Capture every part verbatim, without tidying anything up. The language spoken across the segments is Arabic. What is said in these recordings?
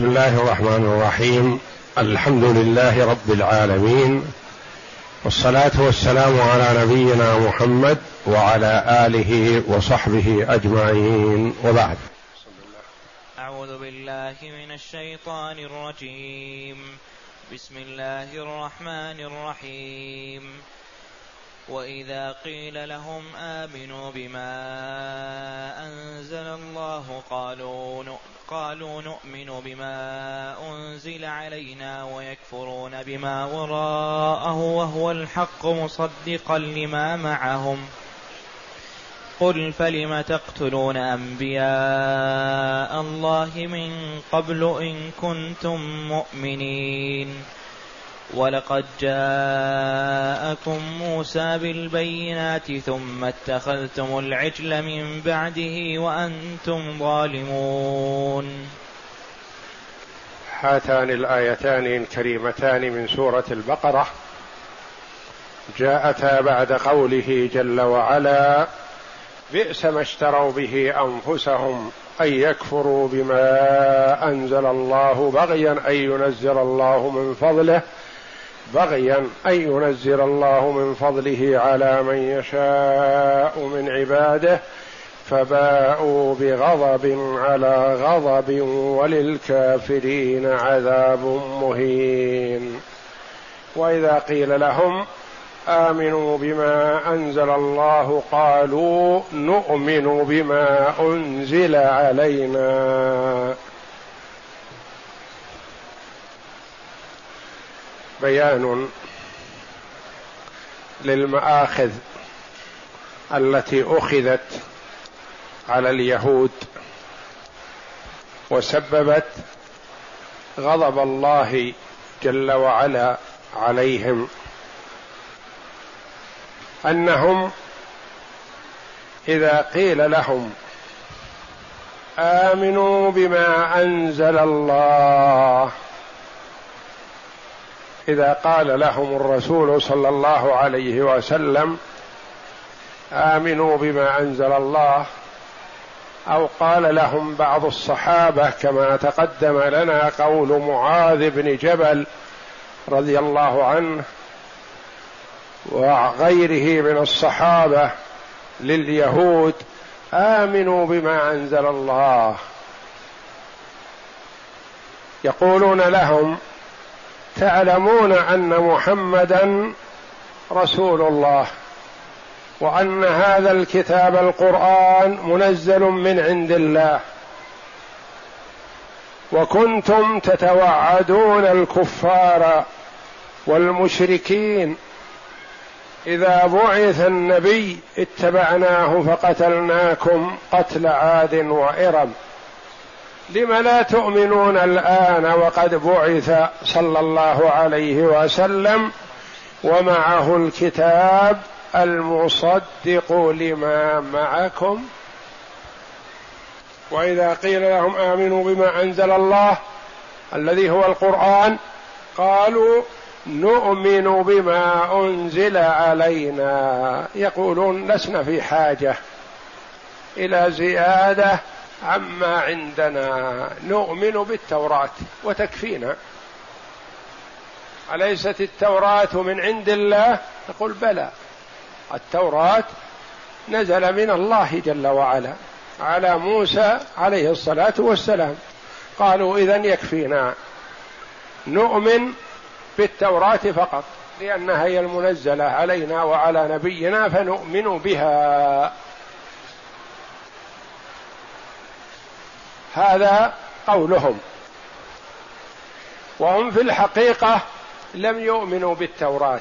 بسم الله الرحمن الرحيم. الحمد لله رب العالمين، والصلاة والسلام على نبينا محمد وعلى آله وصحبه أجمعين، وبعد. أعوذ بالله من الشيطان الرجيم. بسم الله الرحمن الرحيم. وإذا قيل لهم آمنوا بما أنزل الله قالوا قالوا نؤمن بما أنزل علينا ويكفرون بما وراءه وهو الحق مصدقا لما معهم. قل فلم تقتلون أنبياء الله من قبل إن كنتم مؤمنين. ولقد جاءكم موسى بالبينات ثم اتخذتم العجل من بعده وأنتم ظالمون. هاتان الآيتان الكريمتان من سورة البقرة جاءتا بعد قوله جل وعلا: بئس ما اشتروا به أنفسهم أن يكفروا بما أنزل الله بغيا أن ينزل الله من فضله بغيا أن ينزل الله من فضله على من يشاء من عباده فباءوا بغضب على غضب وللكافرين عذاب مهين. وإذا قيل لهم آمنوا بما أنزل الله قالوا نؤمن بما أنزل علينا. بيان للمآخذ التي أخذت على اليهود وسببت غضب الله جل وعلا عليهم، أنهم إذا قيل لهم آمنوا بما أنزل الله، إذا قال لهم الرسول صلى الله عليه وسلم آمنوا بما أنزل الله، أو قال لهم بعض الصحابة كما تقدم لنا قول معاذ بن جبل رضي الله عنه وغيره من الصحابة لليهود آمنوا بما أنزل الله، يقولون لهم تعلمون أن محمدا رسول الله، وأن هذا الكتاب القرآن منزل من عند الله، وكنتم تتوعدون الكفار والمشركين إذا بعث النبي اتبعناه فقتلناكم قتل عاد وإرم، لم لا تؤمنون الآن وقد بعث صلى الله عليه وسلم ومعه الكتاب المصدق لما معكم. وإذا قيل لهم آمنوا بما أنزل الله الذي هو القرآن قالوا نؤمن بما أنزل علينا، يقولون لسنا في حاجة إلى زيادة عما عندنا، نؤمن بالتوراة وتكفينا. أليست التوراة من عند الله؟ نقول بلى، التوراة نزل من الله جل وعلا على موسى عليه الصلاة والسلام. قالوا إذن يكفينا، نؤمن بالتوراة فقط لأنها هي المنزلة علينا وعلى نبينا فنؤمن بها. هذا قولهم، وهم في الحقيقة لم يؤمنوا بالتوراة.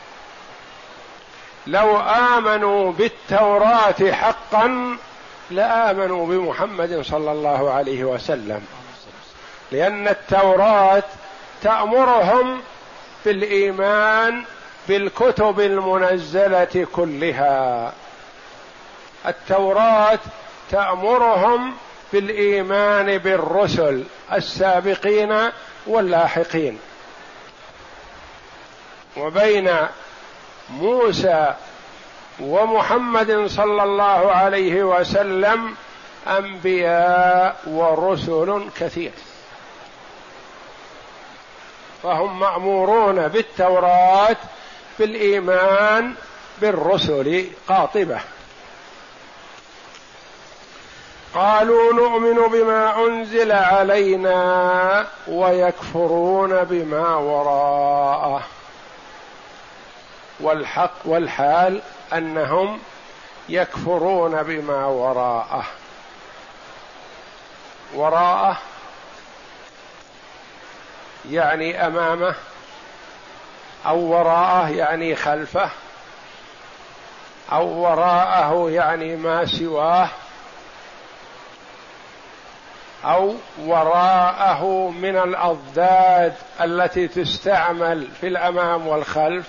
لو آمنوا بالتوراة حقا لآمنوا بمحمد صلى الله عليه وسلم، لأن التوراة تأمرهم بالإيمان بالكتب المنزلة كلها. التوراة تأمرهم بالإيمان بالرسل السابقين واللاحقين، وبين موسى ومحمد صلى الله عليه وسلم أنبياء ورسل كثير، فهم مأمورون بالتوراة بالإيمان بالرسل قاطبة. قالوا نؤمن بما أنزل علينا ويكفرون بما وراءه، والحق والحال أنهم يكفرون بما وراءه. وراءه يعني أمامه، أو وراءه يعني خلفه، أو وراءه يعني ما سواه، أو وراءه من الأضداد التي تستعمل في الأمام والخلف،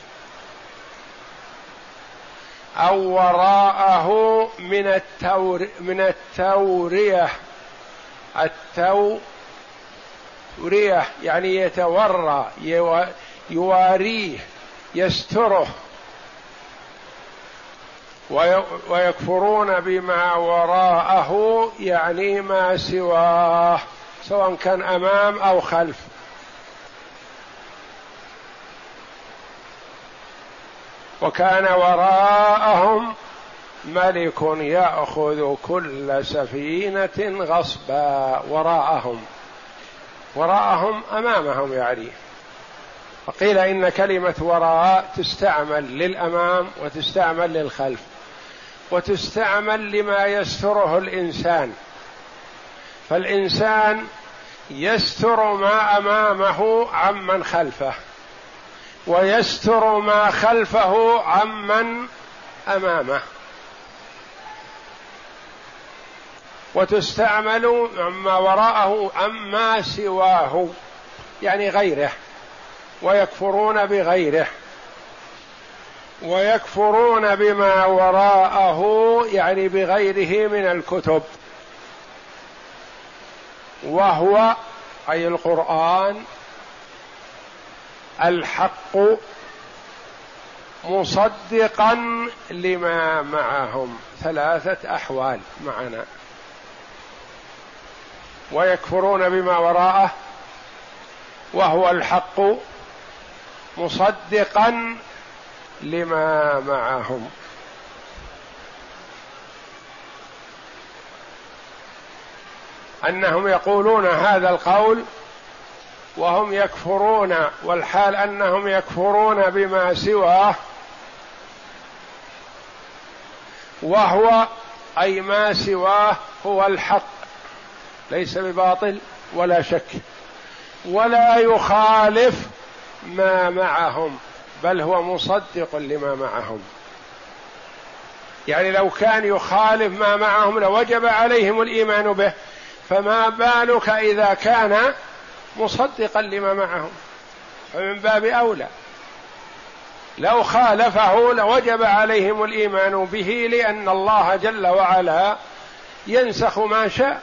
أو وراءه من التور من التورية. التورية يعني يتورى، يواريه، يستره. ويكفرون بما وراءه يعني ما سواه، سواء كان أمام أو خلف. وكان وراءهم ملك يأخذ كل سفينة غصبا. وراءهم، وراءهم أمامهم يعني. وقيل إن كلمة وراء تستعمل للأمام وتستعمل للخلف، وتستعمل لما يستره الإنسان. فالإنسان يستر ما أمامه عمن خلفه، ويستر ما خلفه عمن أمامه. وتستعمل عما وراءه عما سواه يعني غيره، ويكفرون بغيره. ويكفرون بما وراءه يعني بغيره من الكتب، وهو أي القرآن الحق مصدقا لما معهم. ثلاثة أحوال معنا: ويكفرون بما وراءه، وهو الحق مصدقا لما معهم. أنهم يقولون هذا القول وهم يكفرون، والحال أنهم يكفرون بما سواه، وهو أي ما سواه هو الحق، ليس بباطل ولا شك، ولا يخالف ما معهم، بل هو مصدق لما معهم. يعني لو كان يخالف ما معهم لوجب عليهم الإيمان به، فما بالك إذا كان مصدقا لما معهم، فمن باب أولى. لو خالفه لوجب عليهم الإيمان به، لأن الله جل وعلا ينسخ ما شاء،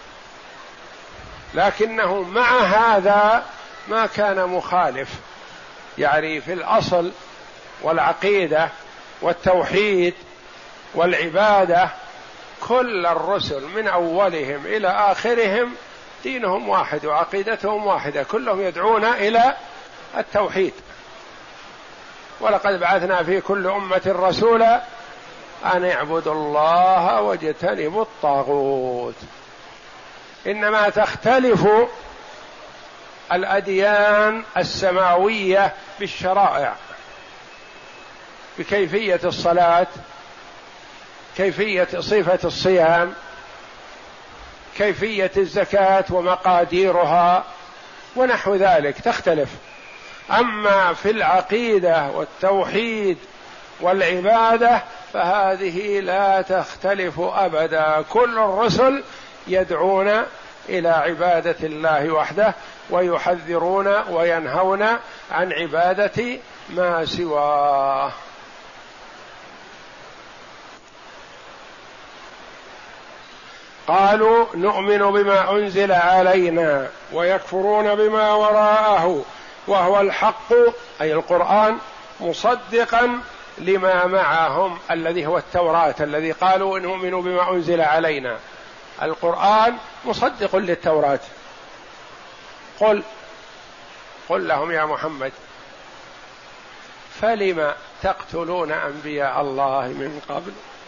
لكنه مع هذا ما كان مخالف. يعني في الأصل والعقيدة والتوحيد والعبادة كل الرسل من أولهم إلى آخرهم دينهم واحد وعقيدتهم واحدة، كلهم يدعون إلى التوحيد. ولقد بعثنا في كل أمة رسولا أن اعبدوا الله واجتنبوا الطاغوت. إنما تختلف الأديان السماوية بالشرائع، بكيفية الصلاة، كيفية صفة الصيام، كيفية الزكاة ومقاديرها ونحو ذلك تختلف. أما في العقيدة والتوحيد والعبادة فهذه لا تختلف أبدا، كل الرسل يدعون إلى عبادة الله وحده، ويحذرون وينهون عن عبادة ما سواه. قالوا نؤمن بما أنزل علينا ويكفرون بما وراءه، وهو الحق أي القرآن مصدقا لما معهم الذي هو التوراة، الذي قالوا نؤمن بما أنزل علينا. القرآن مصدق للتوراة. قل قل لهم يا محمد فلم تقتلون أنبياء الله من قبل.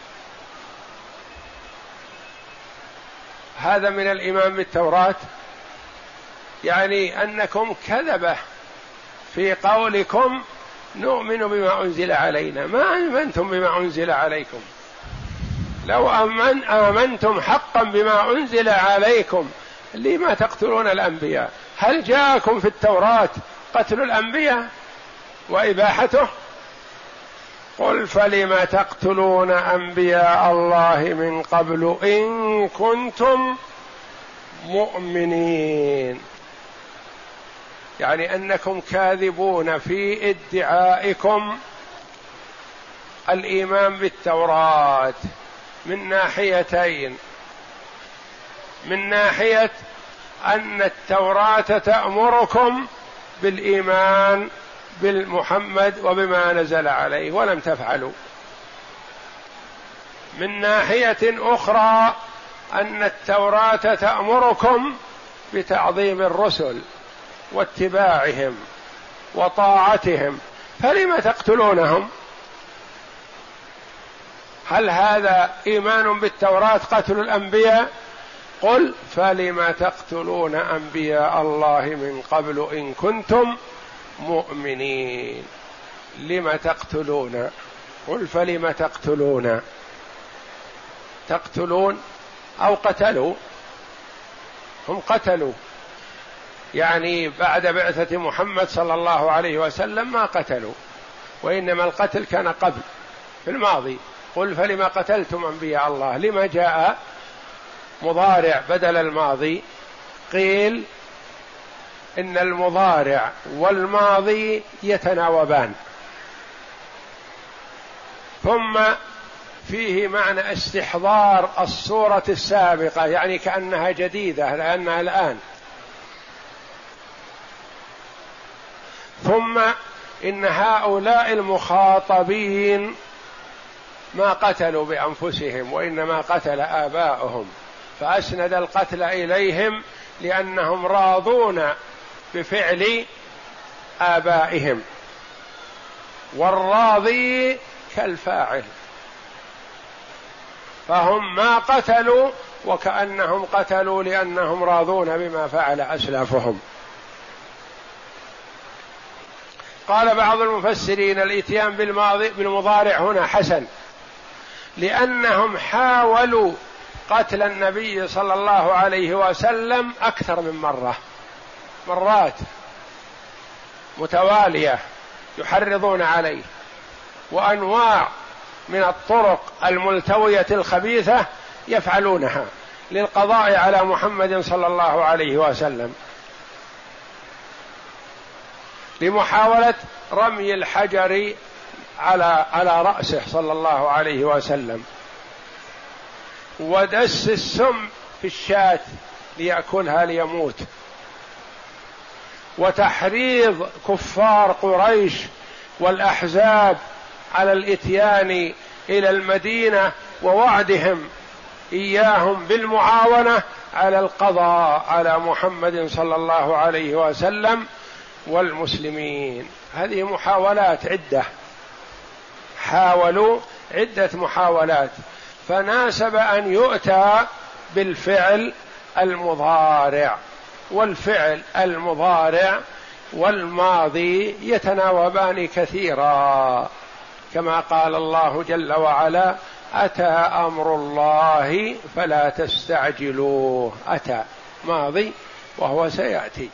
هذا من الإيمان بالتوراة، يعني أنكم كذبة في قولكم نؤمن بما أنزل علينا، ما آمنتم بما أنزل عليكم. لو أمن آمنتم حقا بما أنزل عليكم لما تقتلون الأنبياء؟ هل جاءكم في التوراة قتل الأنبياء وإباحته؟ قل فلم تقتلون أنبياء الله من قبل إن كنتم مؤمنين، يعني أنكم كاذبون في ادعائكم الإيمان بالتوراة من ناحيتين. من ناحية أن التوراة تأمركم بالإيمان بالمحمد وبما نزل عليه ولم تفعلوا، من ناحية أخرى أن التوراة تأمركم بتعظيم الرسل واتباعهم وطاعتهم، فلم تقتلونهم؟ هل هذا إيمان بالتوراة قتل الأنبياء؟ قل فلم تقتلون أنبياء الله من قبل إن كنتم مؤمنين. لم تقتلون؟ قل فلم تقتلون، تقتلون أو قتلوا، هم قتلوا، يعني بعد بعثة محمد صلى الله عليه وسلم ما قتلوا، وإنما القتل كان قبل في الماضي. قل فلم قتلتم أنبياء الله، لما جاء مضارع بدل الماضي؟ قيل إن المضارع والماضي يتناوبان، ثم فيه معنى استحضار الصورة السابقة، يعني كأنها جديدة لأنها الآن. ثم إن هؤلاء المخاطبين ما قتلوا بأنفسهم وإنما قتل آباؤهم، فأسند القتل إليهم لأنهم راضون بفعل آبائهم، والراضي كالفاعل، فهم ما قتلوا وكأنهم قتلوا لأنهم راضون بما فعل أسلافهم. قال بعض المفسرين الإتيان بالماضي بالمضارع هنا حسن، لأنهم حاولوا قتل النبي صلى الله عليه وسلم أكثر من مرة، مرات متوالية يحرضون عليه، وأنواع من الطرق الملتوية الخبيثة يفعلونها للقضاء على محمد صلى الله عليه وسلم، لمحاولة رمي الحجر على على رأسه صلى الله عليه وسلم، ودس السم في الشاة ليأكلها ليموت، وتحريض كفار قريش والأحزاب على الإتيان إلى المدينة ووعدهم إياهم بالمعاونة على القضاء على محمد صلى الله عليه وسلم والمسلمين. هذه محاولات عدة، حاولوا عدة محاولات، فناسب أن يؤتى بالفعل المضارع، والفعل المضارع والماضي يتناوبان كثيرا، كما قال الله جل وعلا أتى أمر الله فلا تستعجلوه. أتى ماضي وهو سيأتي.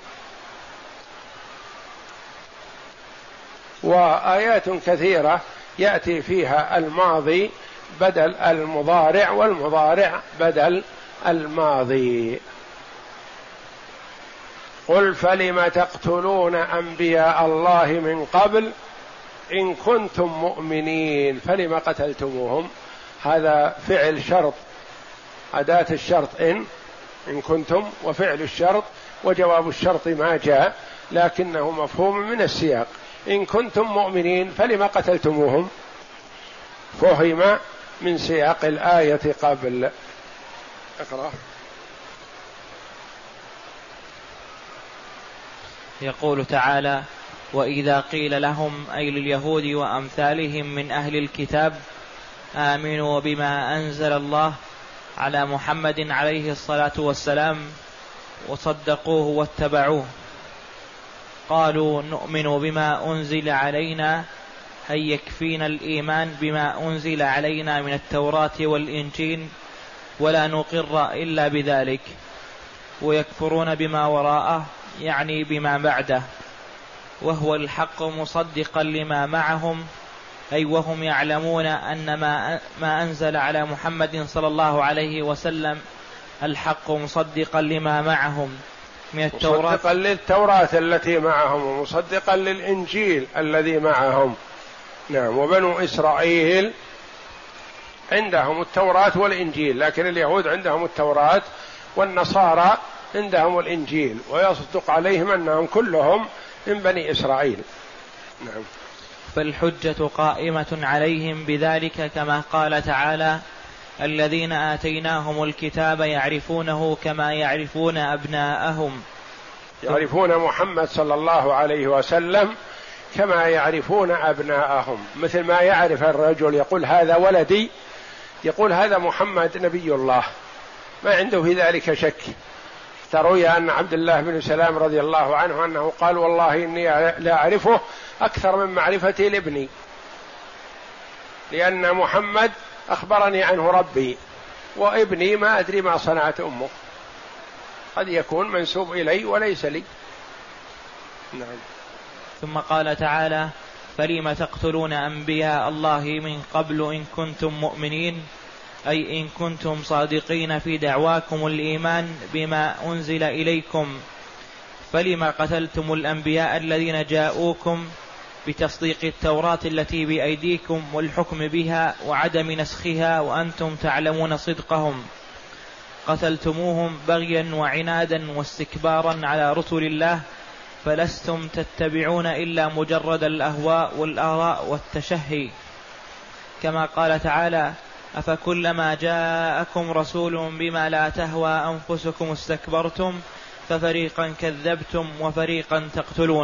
وآيات كثيرة يأتي فيها الماضي بدل المضارع والمضارع بدل الماضي. قل فلم تقتلون أنبياء الله من قبل إن كنتم مؤمنين. فلم قتلتموهم؟ هذا فعل شرط، أداة الشرط إن إن كنتم، وفعل الشرط وجواب الشرط ما جاء لكنه مفهوم من السياق. إن كنتم مؤمنين فلم قتلتموهم؟ فهم من سياق الآية قبل. اقرأ. يقول تعالى: وإذا قيل لهم أي لليهود وأمثالهم من أهل الكتاب آمنوا بما أنزل الله على محمد عليه الصلاة والسلام وصدقوه واتبعوه، قالوا نؤمن بما أنزل علينا، هل يكفينا الإيمان بما أنزل علينا من التوراة والإنجيل ولا نقر إلا بذلك، ويكفرون بما وراءه يعني بما بعده، وهو الحق مصدقا لما معهم، أي وهم يعلمون أن ما, ما أنزل على محمد صلى الله عليه وسلم الحق مصدقا لما معهم من التوراة، مصدقا للتوراة التي معهم ومصدقا للإنجيل الذي معهم. نعم. وبنو إسرائيل عندهم التوراة والإنجيل، لكن اليهود عندهم التوراة والنصارى عندهم الإنجيل، ويصدق عليهم أنهم كلهم من بني إسرائيل. نعم. فالحجة قائمة عليهم بذلك، كما قال تعالى: الذين آتيناهم الكتاب يعرفونه كما يعرفون أبناءهم. يعرفون محمد صلى الله عليه وسلم كما يعرفون أبناءهم، مثل ما يعرف الرجل يقول هذا ولدي، يقول هذا محمد نبي الله، ما عنده في ذلك شك. تروي أن عبد الله بن سلام رضي الله عنه أنه قال: والله إني لا أعرفه أكثر من معرفتي لابني، لأن محمد أخبرني عنه ربي، وابني ما أدري ما صنعت أمه، قد يكون منسوب إلي وليس لي. نعم. ثم قال تعالى: فلم تقتلون أنبياء الله من قبل إن كنتم مؤمنين، أي إن كنتم صادقين في دعواكم الإيمان بما أنزل إليكم، فلم قتلتم الأنبياء الذين جاءوكم بتصديق التوراة التي بأيديكم والحكم بها وعدم نسخها وأنتم تعلمون صدقهم، قتلتموهم بغيا وعنادا واستكبارا على رسل الله، فلستم تتبعون إلا مجرد الأهواء والآراء والتشهي، كما قال تعالى: أفكلما جاءكم رسول بما لا تهوى أنفسكم استكبرتم ففريقا كذبتم وفريقا تقتلون.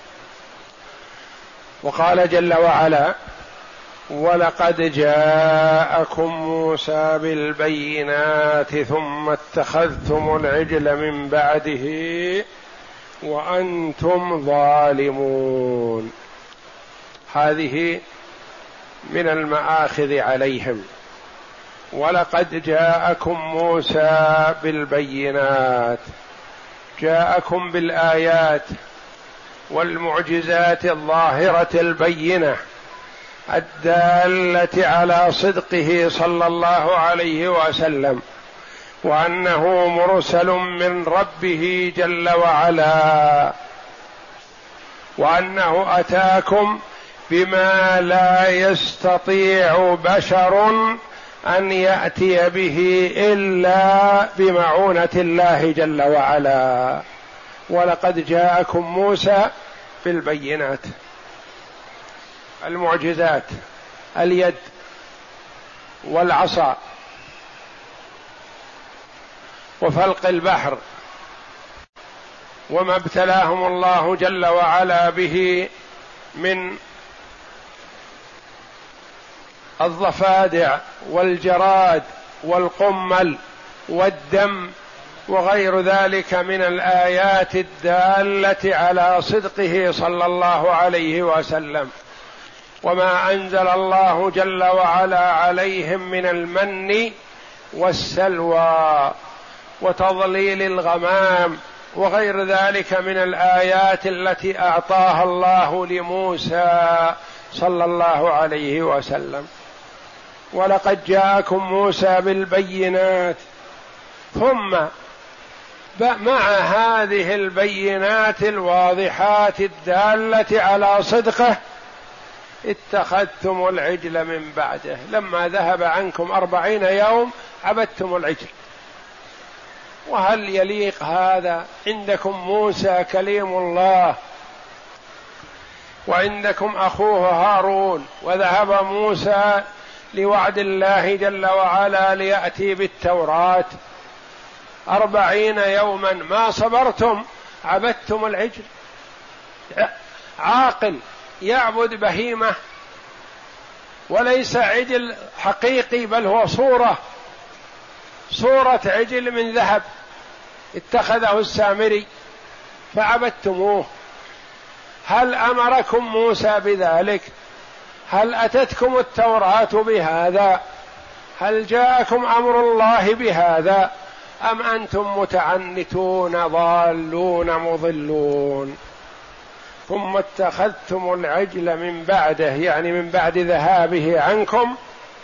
وقال جل وعلا: ولقد جاءكم موسى بالبينات ثم اتخذتم العجل من بعده وأنتم ظالمون. هذه من المآخذ عليهم. ولقد جاءكم موسى بالبينات، جاءكم بالآيات والمعجزات الظاهرة البينة الدالة على صدقه صلى الله عليه وسلم، وأنه مرسل من ربه جل وعلا، وأنه أتاكم بما لا يستطيع بشر أن يأتي به إلا بمعونة الله جل وعلا. ولقد جاءكم موسى بالبينات، المعجزات، اليد والعصا وفلق البحر، وما ابتلاهم الله جل وعلا به من الضفادع والجراد والقمل والدم وغير ذلك من الآيات الدالة على صدقه صلى الله عليه وسلم، وما أنزل الله جل وعلا عليهم من المن والسلوى وتضليل الغمام وغير ذلك من الآيات التي أعطاها الله لموسى صلى الله عليه وسلم. ولقد جاءكم موسى بالبينات، ثم مع هذه البينات الواضحات الدالة على صدقه اتخذتم العجل من بعده، لما ذهب عنكم أربعين يوم عبدتم العجل. وهل يليق هذا؟ عندكم موسى كليم الله، وعندكم أخوه هارون، وذهب موسى لوعد الله جل وعلا ليأتي بالتوراة، أربعين يوما ما صبرتم عبدتم العجل. عاقل يعبد بهيمة وليس عجل حقيقي، بل هو صورة صورة عجل من ذهب اتخذه السامري فعبدتموه. هل أمركم موسى بذلك؟ هل أتتكم التوراة بهذا؟ هل جاءكم أمر الله بهذا؟ أم أنتم متعنتون ضالون مضلون؟ ثم اتخذتم العجل من بعده، يعني من بعد ذهابه عنكم،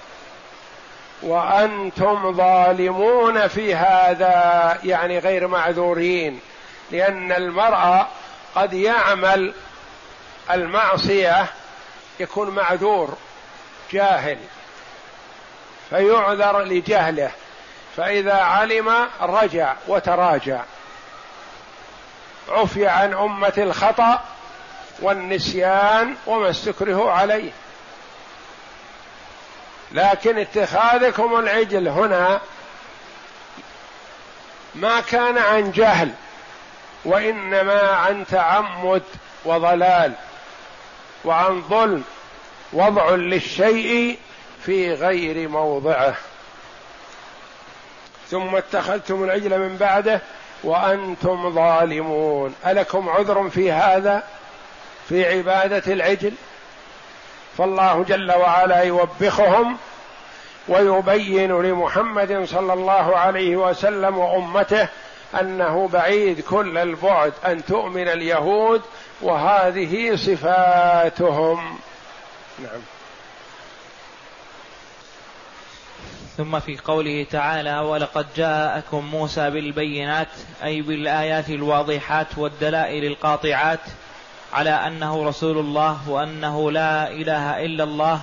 وأنتم ظالمون في هذا، يعني غير معذورين، لأن المرء قد يعمل المعصية يكون معذور جاهل فيعذر لجهله، فإذا علم رجع وتراجع، عفي عن أمة الخطأ والنسيان وما استكره عليه. لكن اتخاذكم العجل هنا ما كان عن جهل، وإنما عن تعمد وضلال وعن ظلم، وضع للشيء في غير موضعه. ثم اتخذتم العجل من بعده وأنتم ظالمون. ألكم عذر في هذا، في عبادة العجل؟ فالله جل وعلا يوبخهم ويبين لمحمد صلى الله عليه وسلم وأمته أنه بعيد كل البعد أن تؤمن اليهود، وهذه صفاتهم. نعم. ثم في قوله تعالى: ولقد جاءكم موسى بالبينات، أي بالآيات الواضحات والدلائل القاطعات على أنه رسول الله وأنه لا إله إلا الله.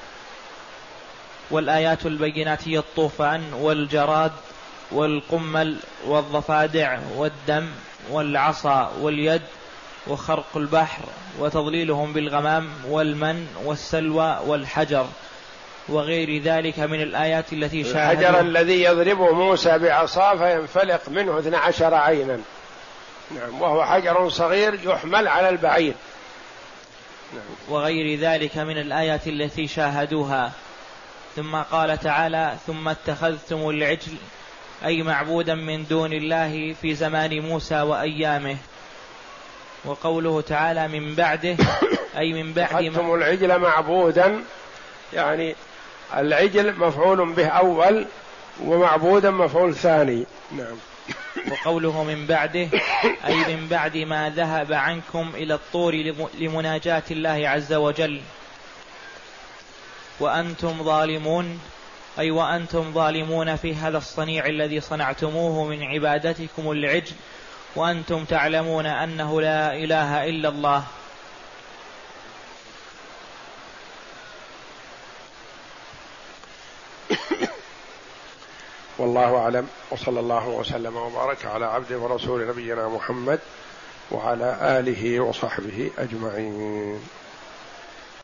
والآيات البينات هي الطوفان والجراد والقمل والضفادع والدم والعصا واليد وخرق البحر وتضليلهم بالغمام والمن والسلوى والحجر وغير ذلك من الآيات التي شاهدوا. الحجر الذي يضربه موسى بعصاه فينفلق منه اثنا عشر عينا. نعم. وهو حجر صغير يحمل على البعير. نعم. وغير ذلك من الآيات التي شاهدوها. ثم قال تعالى: ثم اتخذتم العجل، أي معبودا من دون الله في زمان موسى وأيامه. وقوله تعالى: من بعده، أي من بعد ما اتخذتم العجل معبودا، يعني العجل مفعول به أول ومعبودا مفعول ثاني. نعم. وقوله من بعده، أي من بعد ما ذهب عنكم إلى الطور لمناجاة الله عز وجل. وأنتم ظالمون، أي وأنتم ظالمون في هذا الصنيع الذي صنعتموه من عبادتكم العجل، وأنتم تعلمون أنه لا إله إلا الله. والله أعلم، وصلى الله وسلم وبارك على عبده ورسول نبينا محمد وعلى آله وصحبه أجمعين.